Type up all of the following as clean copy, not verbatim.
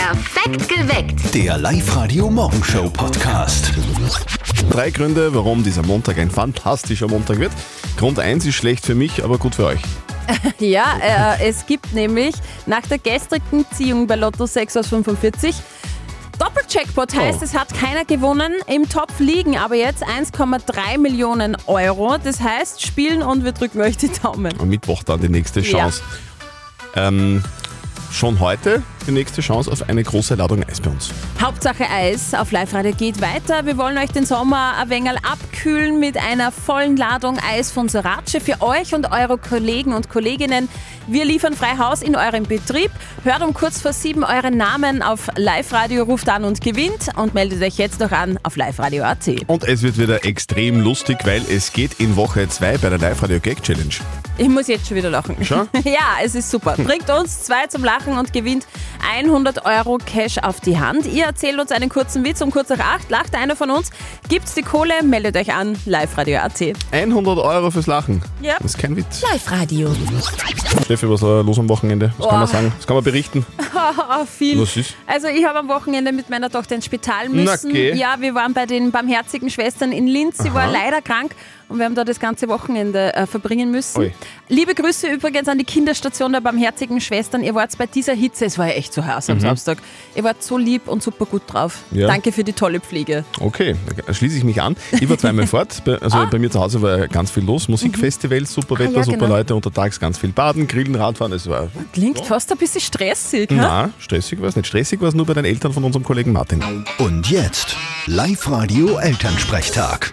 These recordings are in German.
Perfekt geweckt. Der Live-Radio-Morgenshow-Podcast. 3 Gründe, warum dieser Montag ein fantastischer Montag wird. Grund 1 ist schlecht für mich, aber gut für euch. Ja, es gibt nämlich nach der gestrigen Ziehung bei Lotto 6 aus 45 Doppeljackpot, heißt, es hat keiner gewonnen. Im Topf liegen aber jetzt 1,3 Millionen Euro. Das heißt, spielen und wir drücken euch die Daumen. Am Mittwoch dann die nächste Chance. Ja. Schon heute die nächste Chance auf eine große Ladung Eis bei uns. Hauptsache Eis auf Live-Radio geht weiter. Wir wollen euch den Sommer ein wenig abkühlen mit einer vollen Ladung Eis von Sorace für euch und eure Kollegen und Kolleginnen. Wir liefern frei Haus in eurem Betrieb. Hört um kurz vor 7 euren Namen auf Live-Radio, ruft an und gewinnt und meldet euch jetzt noch an auf liveradio.at. Und es wird wieder extrem lustig, weil es geht in Woche 2 bei der Live-Radio Gag Challenge. Ich muss jetzt schon wieder lachen. Schon? Ja, es ist super. Bringt uns 2 zum Lachen und gewinnt 100 Euro Cash auf die Hand. Ihr erzählt uns einen kurzen Witz um kurz nach 8. Lacht einer von uns, gibt's die Kohle, meldet euch an, liveradio.at. 100 Euro fürs Lachen. Ja. Das ist kein Witz. Live-Radio. Steffi, was war los am Wochenende? Was kann man sagen? Was kann man berichten? Viel. Was ist? Also ich habe am Wochenende mit meiner Tochter ins Spital müssen. Okay. Ja, wir waren bei den Barmherzigen Schwestern in Linz. Sie war leider krank und wir haben da das ganze Wochenende verbringen müssen. Ui. Liebe Grüße übrigens an die Kinderstation der Barmherzigen Schwestern. Ihr wart bei dieser Hitze, es war ja echt so heiß am Samstag. Ihr wart so lieb und super gut drauf. Ja. Danke für die tolle Pflege. Okay, da schließe ich mich an. Ich war zweimal fort. Bei mir zu Hause war ganz viel los. Musikfestivals, super Wetter, ja, super genau. Leute. Untertags ganz viel Baden, Grillen, Radfahren. Es war Klingt fast ein bisschen stressig. na, stressig war es nicht. Stressig war es nur bei den Eltern von unserem Kollegen Martin. Und jetzt Live-Radio Elternsprechtag.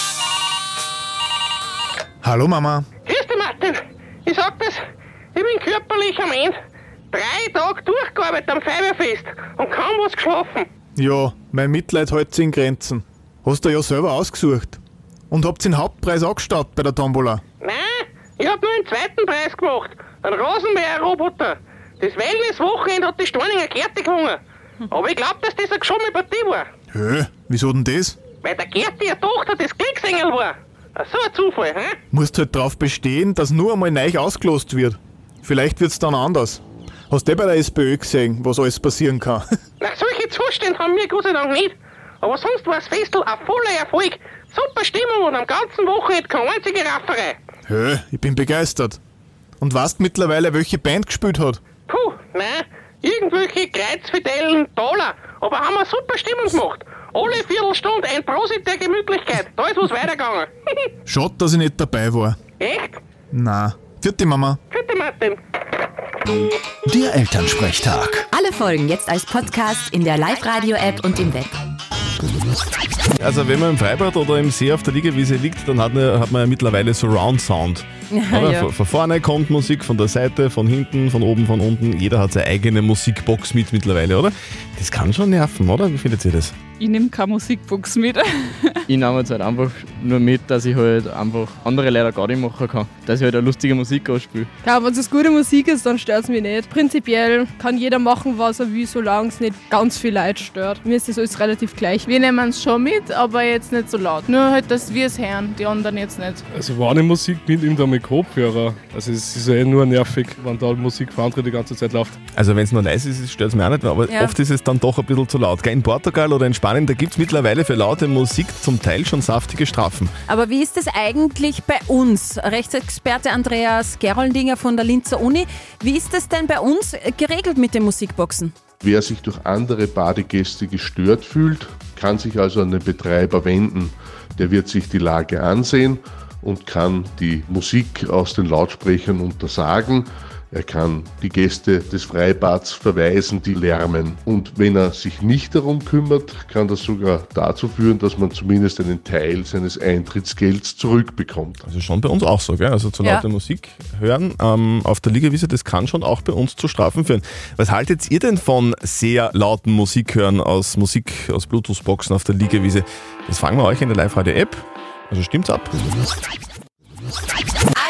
Hallo Mama. Grüß dich, Martin. Ich sag das, ich bin körperlich am Ende. 3 Tage durchgearbeitet am Feuerwehrfest und kaum was geschlafen. Ja, mein Mitleid hält sich in Grenzen. Hast du ja selber ausgesucht. Und habt den Hauptpreis angestaut bei der Tombola. Nein, ich hab nur den zweiten Preis gemacht. Einen Rasenmäher-Roboter. Das Wellness-Wochenende hat die Storninger Gerti gewonnen. Aber ich glaub, dass das eine geschommene Partie war. Hä, wieso denn das? Weil der Gerti eine Tochter des Glücksengel war. So ein Zufall, hä? Musst halt drauf bestehen, dass nur einmal neu ausgelost wird. Vielleicht wird's dann anders. Hast du bei der SPÖ gesehen, was alles passieren kann? Nach solche Zustände haben wir Gott sei Dank nicht. Aber sonst war das Festel ein voller Erfolg. Super Stimmung und am ganzen Wochenende keine einzige Rafferei. Hä, ich bin begeistert. Und weißt mittlerweile, welche Band gespielt hat? Puh, nein, irgendwelche kreuzfidelen Taler. Aber haben eine super Stimmung gemacht. Alle Viertelstunde ein Prosit der Gemütlichkeit. Da ist was weitergegangen. Schade, dass ich nicht dabei war. Echt? Na, vierte Mama. Bitte, Martin. Der Elternsprechtag. Alle Folgen jetzt als Podcast in der Live-Radio-App und im Web. Also wenn man im Freibad oder im See auf der Liegewiese liegt, dann hat man ja mittlerweile Surround Sound. Oder? Ja. Von vorne kommt Musik, von der Seite, von hinten, von oben, von unten. Jeder hat seine eigene Musikbox mit mittlerweile, oder? Das kann schon nerven, oder? Wie findet ihr das? Ich nehme keine Musikbox mit. Ich nehme jetzt halt einfach nur mit, dass ich halt einfach andere leider gar nicht machen kann. Dass ich halt eine lustige Musik ausspiele. Ja, wenn es gute Musik ist, dann stört es mich nicht. Prinzipiell kann jeder machen, was er will, solange es nicht ganz viel Leute stört. Mir ist das alles relativ gleich. Wir nehmen es schon mit, aber jetzt nicht so laut. Nur halt, dass wir es hören, die anderen jetzt nicht. Also wenn ich Musik mitnehme, dann mit Kopfhörer. Also es ist ja eh nur nervig, wenn da Musik für andere die ganze Zeit läuft. Also wenn es noch leise ist, stört es mich auch nicht, aber Ja. oft ist es dann doch ein bisschen zu laut. Gell, in Portugal oder in Spanien, da gibt es mittlerweile für laute Musik zum Teil schon saftige Strafen. Aber wie ist das eigentlich bei uns? Rechtsexperte Andreas Geroldinger von der Linzer Uni. Wie ist das denn bei uns geregelt mit den Musikboxen? Wer sich durch andere Badegäste gestört fühlt, kann sich also an den Betreiber wenden. Der wird sich die Lage ansehen und kann die Musik aus den Lautsprechern untersagen. Er kann die Gäste des Freibads verweisen, die lärmen. Und wenn er sich nicht darum kümmert, kann das sogar dazu führen, dass man zumindest einen Teil seines Eintrittsgelds zurückbekommt. Also schon bei uns auch so, gell? Also zu laute Musik hören auf der Liegewiese, das kann schon auch bei uns zu Strafen führen. Was haltet ihr denn von sehr lauten Musik hören aus Bluetooth-Boxen auf der Liegewiese? Das fragen wir euch in der Live-Radio-App. Also stimmt's ab. Eis,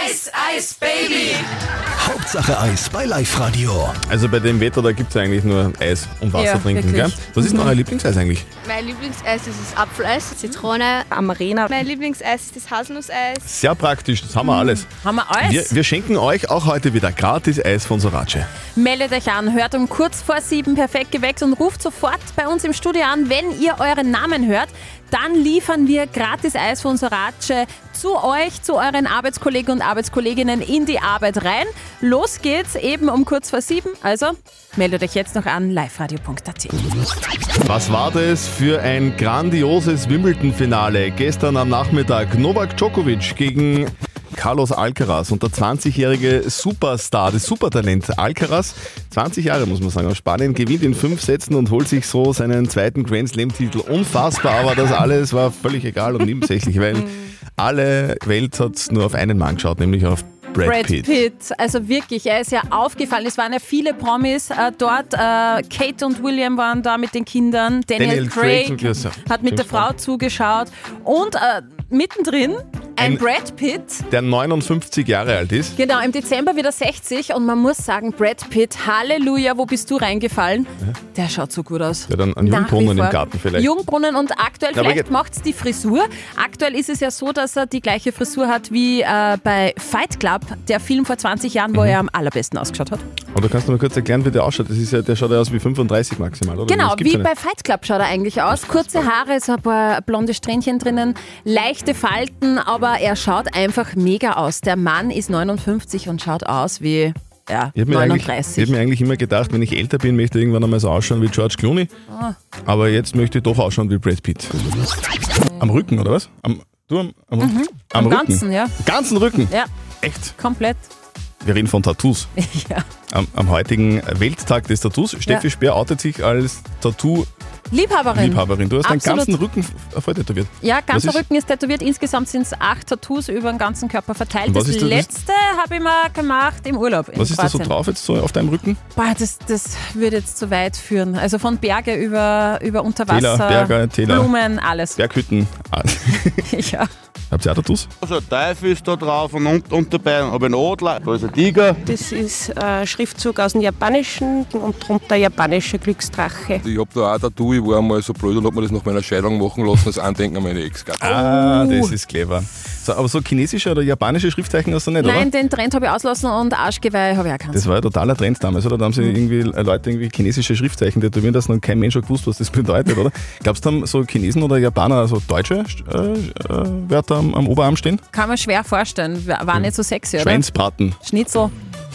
Eis, Baby! Hauptsache Eis bei Live-Radio. Also bei dem Wetter, da gibt es eigentlich nur Eis und Wasser Ja, trinken, wirklich. gell? Was ist denn euer Lieblingseis eigentlich? Mein Lieblingseis ist das Apfeleis, Zitrone, Amarena. Mein Lieblingseis ist das Haselnusseis. Sehr praktisch, das haben wir alles. Haben wir alles? Wir schenken euch auch heute wieder gratis Eis von Sorace. Meldet euch an, hört um kurz vor 7 perfekt geweckt und ruft sofort bei uns im Studio an. Wenn ihr euren Namen hört, dann liefern wir gratis Eis von Sorace zu euch, zu euren Arbeitskollegen und Arbeitskolleginnen in die Arbeit rein. Los geht's eben um kurz vor 7. Also meldet euch jetzt noch an liveradio.at. Was war das für ein grandioses Wimbledon-Finale gestern am Nachmittag? Novak Djokovic gegen Carlos Alcaraz und der 20-jährige Superstar, das Supertalent Alcaraz, 20 Jahre muss man sagen, aus Spanien, gewinnt in 5 Sätzen und holt sich so seinen zweiten Grand Slam-Titel. Unfassbar, aber das alles war völlig egal und nebensächlich, weil alle Welt hat nur auf einen Mann geschaut, nämlich auf Brad Pitt. Also wirklich, er ist ja aufgefallen. Es waren ja viele Promis dort. Kate und William waren da mit den Kindern. Daniel Craig hat mit der Frau zugeschaut. Und mittendrin ein Brad Pitt, der 59 Jahre alt ist. Genau, im Dezember wieder 60 und man muss sagen, Brad Pitt, Halleluja, wo bist du reingefallen? Der schaut so gut aus. Der hat einen Jungbrunnen im Garten vielleicht. Jungbrunnen und aktuell, vielleicht macht es die Frisur. Aktuell ist es ja so, dass er die gleiche Frisur hat wie bei Fight Club, der Film vor 20 Jahren, wo er am allerbesten ausgeschaut hat. Aber du kannst noch mal kurz erklären, wie der ausschaut. Das ist ja, der schaut ja aus wie 35 maximal, oder? Genau, wie bei Fight Club schaut er eigentlich aus. Kurze Haare, so ein paar blonde Strähnchen drinnen, leichte Falten, aber er schaut einfach mega aus. Der Mann ist 59 und schaut aus wie 39. Ich habe mir eigentlich immer gedacht, wenn ich älter bin, möchte ich irgendwann einmal so ausschauen wie George Clooney. Aber jetzt möchte ich doch ausschauen wie Brad Pitt. Am Rücken, oder was? Am Rücken? Ganzen, ja. Ganzen Rücken? Ja. Echt? Komplett. Wir reden von Tattoos. Ja. Am heutigen Welttag des Tattoos. Steffi Speer outet sich als Tattoo-Liebhaberin. Du hast deinen ganzen Rücken voll tätowiert. Ja, ganzer Rücken ist tätowiert. Insgesamt sind es 8 Tattoos über den ganzen Körper verteilt. Das letzte habe ich mal gemacht im Urlaub in Was ist da so drauf jetzt so auf deinem Rücken? Boah, das würde jetzt zu weit führen. Also von Berge über Unterwasser, Täler, Blumen, alles. Berghütten. Ja. Habt ihr auch Tattoos? Also ein Teufel ist da drauf und unterbein habe ich einen Adler, da ist ein Tiger. Das ist ein Schriftzug aus dem Japanischen und darunter ein japanischer Glücksdrache. Ich habe da auch ein Tattoo, ich war einmal so blöd und habe mir das nach meiner Scheidung machen lassen, als Andenken an meine Ex-Gattin. Ah, das ist clever. So, aber so chinesische oder japanische Schriftzeichen hast du nicht, oder? Nein, den Trend habe ich auslassen und Arschgeweih habe ich auch keins. Das war ja totaler Trend damals, oder? Da haben sie Leute chinesische Schriftzeichen tätowieren lassen und kein Mensch hat gewusst, was das bedeutet, oder? Glaubst du, haben so Chinesen oder Japaner, also deutsche Wörter am Oberarm stehen? Kann man schwer vorstellen. War nicht so sexy, oder? Schweinsbraten. Schnitzel.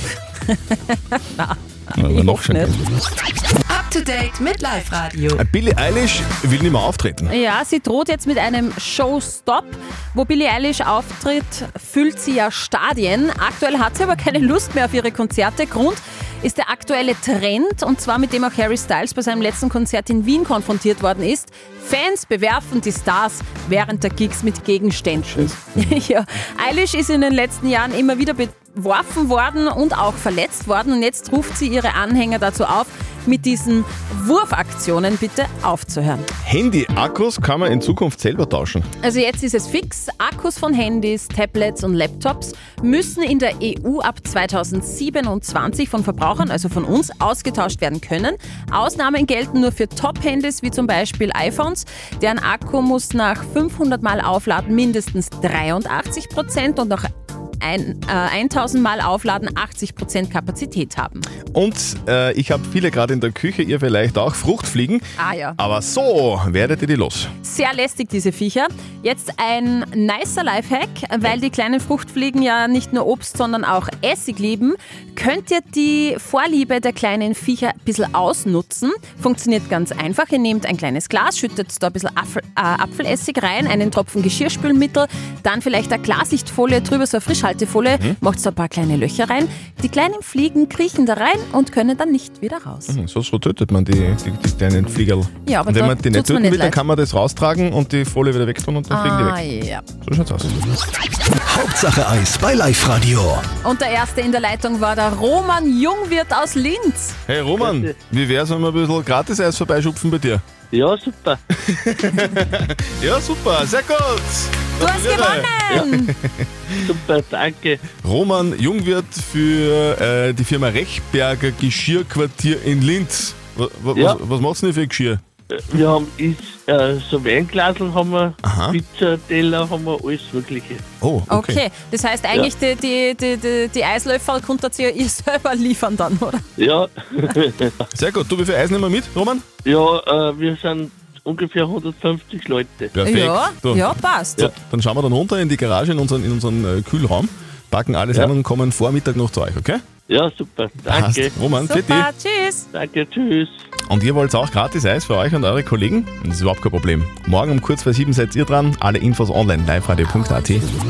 Nein, noch schon. Up to date mit Live-Radio. Billie Eilish will nicht mehr auftreten. Ja, sie droht jetzt mit einem Showstop. Wo Billie Eilish auftritt, füllt sie ja Stadien. Aktuell hat sie aber keine Lust mehr auf ihre Konzerte. Grund ist der aktuelle Trend, und zwar mit dem auch Harry Styles bei seinem letzten Konzert in Wien konfrontiert worden ist. Fans bewerfen die Stars während der Gigs mit Gegenständen. Ja. Eilish ist in den letzten Jahren immer wieder beworfen worden und auch verletzt worden, und jetzt ruft sie ihre Anhänger dazu auf, mit diesen Wurfaktionen bitte aufzuhören. Handy-Akkus kann man in Zukunft selber tauschen. Also jetzt ist es fix. Akkus von Handys, Tablets und Laptops müssen in der EU ab 2027 von Verbrauchern, also von uns, ausgetauscht werden können. Ausnahmen gelten nur für Top-Handys, wie zum Beispiel iPhones. Deren Akku muss nach 500 Mal Aufladen mindestens 83% und nach 1000 Mal Aufladen 80% Kapazität haben. Und ich habe viele gerade in der Küche, ihr vielleicht auch, Fruchtfliegen. Ah ja. Aber so werdet ihr die los. Sehr lästig, diese Viecher. Jetzt ein nicer Lifehack, weil die kleinen Fruchtfliegen ja nicht nur Obst, sondern auch Essig lieben. Könnt ihr die Vorliebe der kleinen Viecher ein bisschen ausnutzen? Funktioniert ganz einfach. Ihr nehmt ein kleines Glas, schüttet da ein bisschen Apfelessig rein, einen Tropfen Geschirrspülmittel, dann vielleicht eine Klarsichtfolie drüber, so eine Frischhaltefolie, macht so ein paar kleine Löcher rein. Die kleinen Fliegen kriechen da rein und können dann nicht wieder raus. So tötet man die kleinen Fliegerl. Ja, aber und wenn man die nicht töten will, dann leid. kann man das raustragen und die Folie wieder wegtun und dann fliegen die weg. Ja. So schaut's aus. Hauptsache Eis bei Live-Radio. Und der erste in der Leitung war der Roman Jungwirth aus Linz. Hey Roman, wie wär's, wenn wir ein bisschen Gratis-Eis vorbeischupfen bei dir? Ja, super. Ja, super, sehr gut. Du hast gewonnen! Super, danke. Roman Jungwirth für die Firma Rechberger Geschirrquartier in Linz. Was macht's denn für Geschirr? Wir haben so Weinglasel, haben wir, Pizzateller, haben wir, alles Mögliche. Oh, okay. Das heißt eigentlich, die Eislöffel könnt ihr selber liefern dann, oder? Ja. Sehr gut. Du, wie viel Eis nehmen wir mit, Roman? Ja, wir sind ungefähr 150 Leute. Perfekt. Ja, passt. So, dann schauen wir dann runter in die Garage, in unseren Kühlraum, packen alles ein und kommen vor Mittag noch zu euch, okay? Ja, super. Danke. Passt. Roman, für dich. Tschüss. Danke, tschüss. Und ihr wollt auch gratis Eis für euch und eure Kollegen? Das ist überhaupt kein Problem. Morgen um kurz vor 7 seid ihr dran. Alle Infos online, liveradio.at.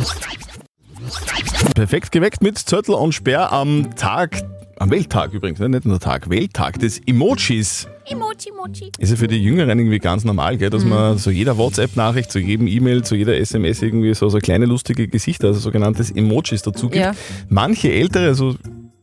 Perfekt geweckt mit Zöttl und Sperr am Welttag übrigens, nicht nur Tag, Welttag des Emojis. Emoji. Ist ja für die Jüngeren irgendwie ganz normal, gell, dass man zu jeder WhatsApp-Nachricht, zu jedem E-Mail, zu jeder SMS irgendwie so kleine lustige Gesichter, also sogenanntes Emojis dazu gibt. Ja. Manche Ältere, so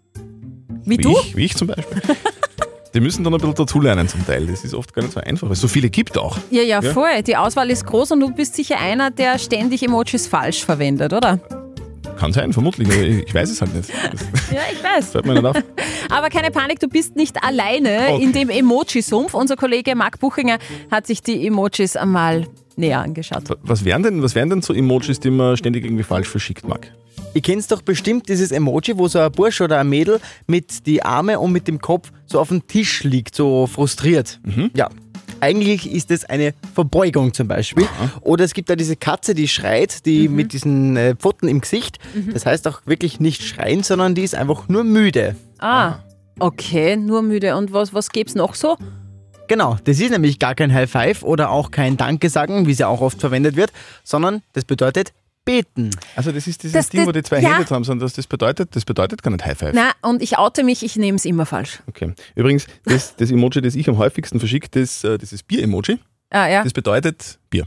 wie du? Wie ich zum Beispiel. Die müssen dann ein bisschen dazulernen zum Teil. Das ist oft gar nicht so einfach, weil es so viele gibt auch. Ja, voll. Die Auswahl ist groß und du bist sicher einer, der ständig Emojis falsch verwendet, oder? Kann sein, vermutlich, aber ich weiß es halt nicht. Ja, ich weiß. Fällt mir nicht auf. Aber keine Panik, du bist nicht alleine in dem Emoji-Sumpf. Unser Kollege Marc Buchinger hat sich die Emojis einmal näher angeschaut. Was wären denn so Emojis, die man ständig irgendwie falsch verschickt, Marc? Ihr kennt doch bestimmt dieses Emoji, wo so ein Bursch oder ein Mädel mit die Arme und mit dem Kopf so auf dem Tisch liegt, so frustriert. Ja, eigentlich ist es eine Verbeugung zum Beispiel. Oder es gibt da diese Katze, die schreit, die mit diesen Pfoten im Gesicht. Das heißt auch wirklich nicht schreien, sondern die ist einfach nur müde. Okay, nur müde. Und was gibt's noch so? Genau, das ist nämlich gar kein High Five oder auch kein Danke sagen, wie es ja auch oft verwendet wird, sondern das bedeutet beten. Also das ist dieses Ding, wo die zwei Hände dran sind, das bedeutet gar nicht High Five. Na, und ich oute mich, ich nehme es immer falsch. Okay. Übrigens, das Emoji, das ich am häufigsten verschicke, dieses Bier-Emoji, das bedeutet Bier.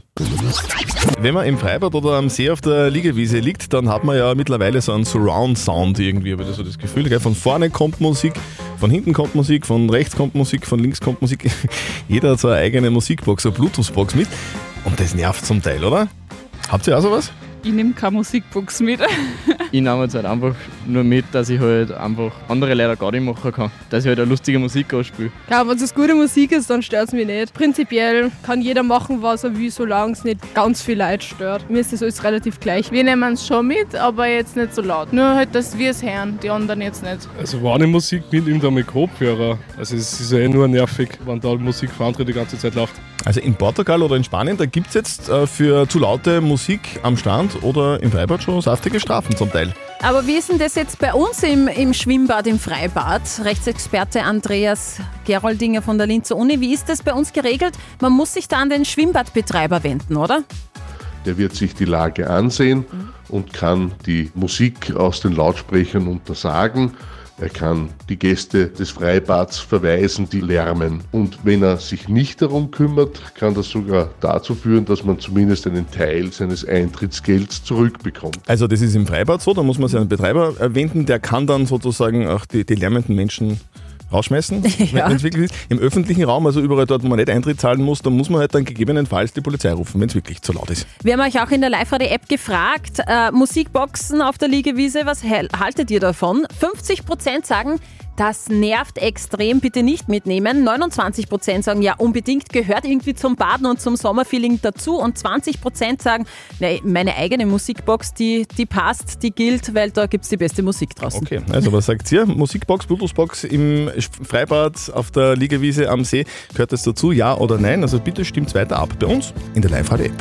Wenn man im Freibad oder am See auf der Liegewiese liegt, dann hat man ja mittlerweile so einen Surround-Sound irgendwie, habe ich so das Gefühl. Gell? Von vorne kommt Musik, von hinten kommt Musik, von rechts kommt Musik, von links kommt Musik. Jeder hat so eine eigene Musikbox, so eine Bluetooth-Box mit. Und das nervt zum Teil, oder? Habt ihr auch sowas? Ich nehme keine Musikbox mit. Ich nehme jetzt halt einfach nur mit, dass ich halt einfach andere leider gar nicht machen kann. Dass ich halt eine lustige Musik ausspiele. Ja, wenn es gute Musik ist, dann stört es mich nicht. Prinzipiell kann jeder machen, was er will, solange es nicht ganz viel Leute stört. Mir ist das alles relativ gleich. Wir nehmen es schon mit, aber jetzt nicht so laut. Nur halt, dass wir es hören, die anderen jetzt nicht. Also wenn ich Musik mitnehme, dann mit Kopfhörer. Also es ist ja nur nervig, wenn da Musik für andere die ganze Zeit läuft. Also in Portugal oder in Spanien, da gibt es jetzt für zu laute Musik am Strand oder im Freibad schon saftige Strafen zum Teil. Aber wie ist denn das jetzt bei uns im Schwimmbad, im Freibad? Rechtsexperte Andreas Geroldinger von der Linzer Uni. Wie ist das bei uns geregelt? Man muss sich da an den Schwimmbadbetreiber wenden, oder? Der wird sich die Lage ansehen und kann die Musik aus den Lautsprechern untersagen. Er kann die Gäste des Freibads verweisen, die lärmen. Und wenn er sich nicht darum kümmert, kann das sogar dazu führen, dass man zumindest einen Teil seines Eintrittsgelds zurückbekommt. Also das ist im Freibad so, da muss man sich an den Betreiber wenden, der kann dann sozusagen auch die lärmenden Menschen rausschmeißen, wenn es wirklich ist. Im öffentlichen Raum, also überall dort, wo man nicht Eintritt zahlen muss, da muss man halt dann gegebenenfalls die Polizei rufen, wenn es wirklich zu laut ist. Wir haben euch auch in der Live-Radio-App gefragt, Musikboxen auf der Liegewiese, was haltet ihr davon? 50% sagen, das nervt extrem, bitte nicht mitnehmen. 29% sagen, ja unbedingt, gehört irgendwie zum Baden und zum Sommerfeeling dazu. Und 20% sagen, nee, meine eigene Musikbox, die passt, die gilt, weil da gibt es die beste Musik draußen. Okay, also was sagt ihr? Musikbox, Bluetoothbox im Freibad auf der Liegewiese am See, gehört das dazu, ja oder nein? Also bitte stimmt's weiter ab bei uns in der Live-Radio-App.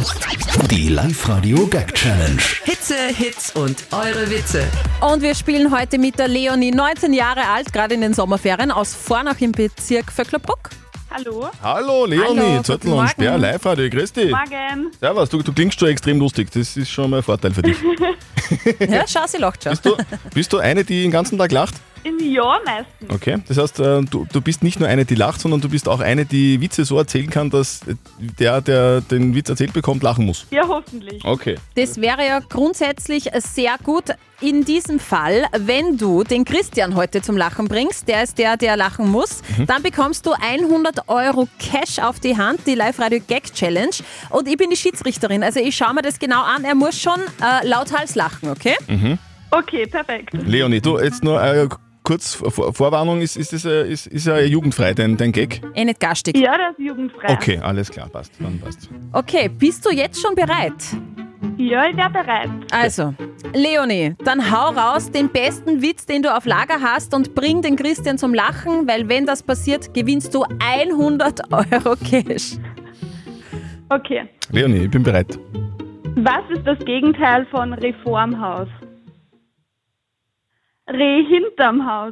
Die Live-Radio-Gag-Challenge. Hitze, Hits und eure Witze. Und wir spielen heute mit der Leonie, 19 Jahre alt, gerade in den Sommerferien, aus Vornach im Bezirk Vöcklerbruck. Hallo. Hallo Leonie, Hallo, Zöttl und Sperr, Live-Radio, grüß dich. Morgen. Servus, du klingst schon extrem lustig, das ist schon mal ein Vorteil für dich. Ja, schau, sie lacht schon. Bist du eine, die den ganzen Tag lacht? Im Jahr meistens. Okay, das heißt, du bist nicht nur eine, die lacht, sondern du bist auch eine, die Witze so erzählen kann, dass der den Witz erzählt bekommt, lachen muss. Ja, hoffentlich. Okay. Das wäre ja grundsätzlich sehr gut. In diesem Fall, wenn du den Christian heute zum Lachen bringst, der ist der lachen muss, dann bekommst du 100 € Cash auf die Hand, die Live-Radio Gag Challenge. Und ich bin die Schiedsrichterin, also ich schaue mir das genau an. Er muss schon lauthals lachen, okay? Okay, perfekt. Leonie, du, jetzt nur kurz Vorwarnung, ist ja jugendfrei, dein Gag? Nicht garstig. Ja, das ist jugendfrei. Okay, alles klar, passt. Dann passt. Okay, bist du jetzt schon bereit? Ja, ich wäre bereit. Also, Leonie, dann hau raus den besten Witz, den du auf Lager hast und bring den Christian zum Lachen, weil wenn das passiert, gewinnst du 100 € Cash. Okay. Leonie, ich bin bereit. Was ist das Gegenteil von Reformhaus? Reh hinterm Haus.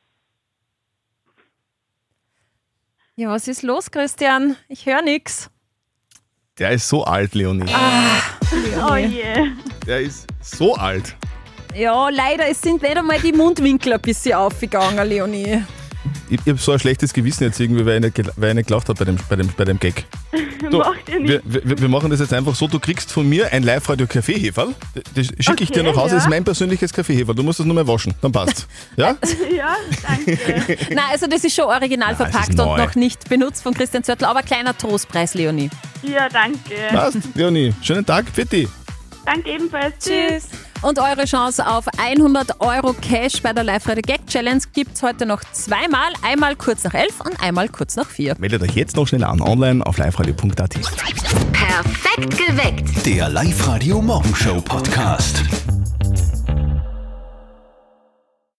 Ja, was ist los, Christian? Ich höre nix. Der ist so alt, Leonie. Oh je. Der ist so alt. Ja, leider, es sind nicht einmal die Mundwinkel ein bisschen aufgegangen, Leonie. Ich habe so ein schlechtes Gewissen jetzt irgendwie, weil ich nicht gelacht habe bei dem Gag. Du, Macht ihr nicht. wir machen das jetzt einfach so, du kriegst von mir ein Live-Radio-Kaffeeheferl. Das schicke ich dir nach Hause, das ist mein persönliches Kaffeeheferl. Du musst das nur mal waschen, dann passt. Ja? Ja, danke. Nein, also das ist schon original verpackt und noch nicht benutzt von Christian Zörtl, aber kleiner Trostpreis, Leonie. Ja, danke. Passt, Leonie. Schönen Tag, für dich. Danke ebenfalls. Tschüss. Und eure Chance auf 100 € Cash bei der Live-Radio Gag Challenge gibt es heute noch zweimal. Einmal kurz nach 11 und einmal kurz nach 4. Meldet euch jetzt noch schnell an, online auf liveradio.at. Perfekt geweckt. Der Live-Radio Morgenshow Podcast.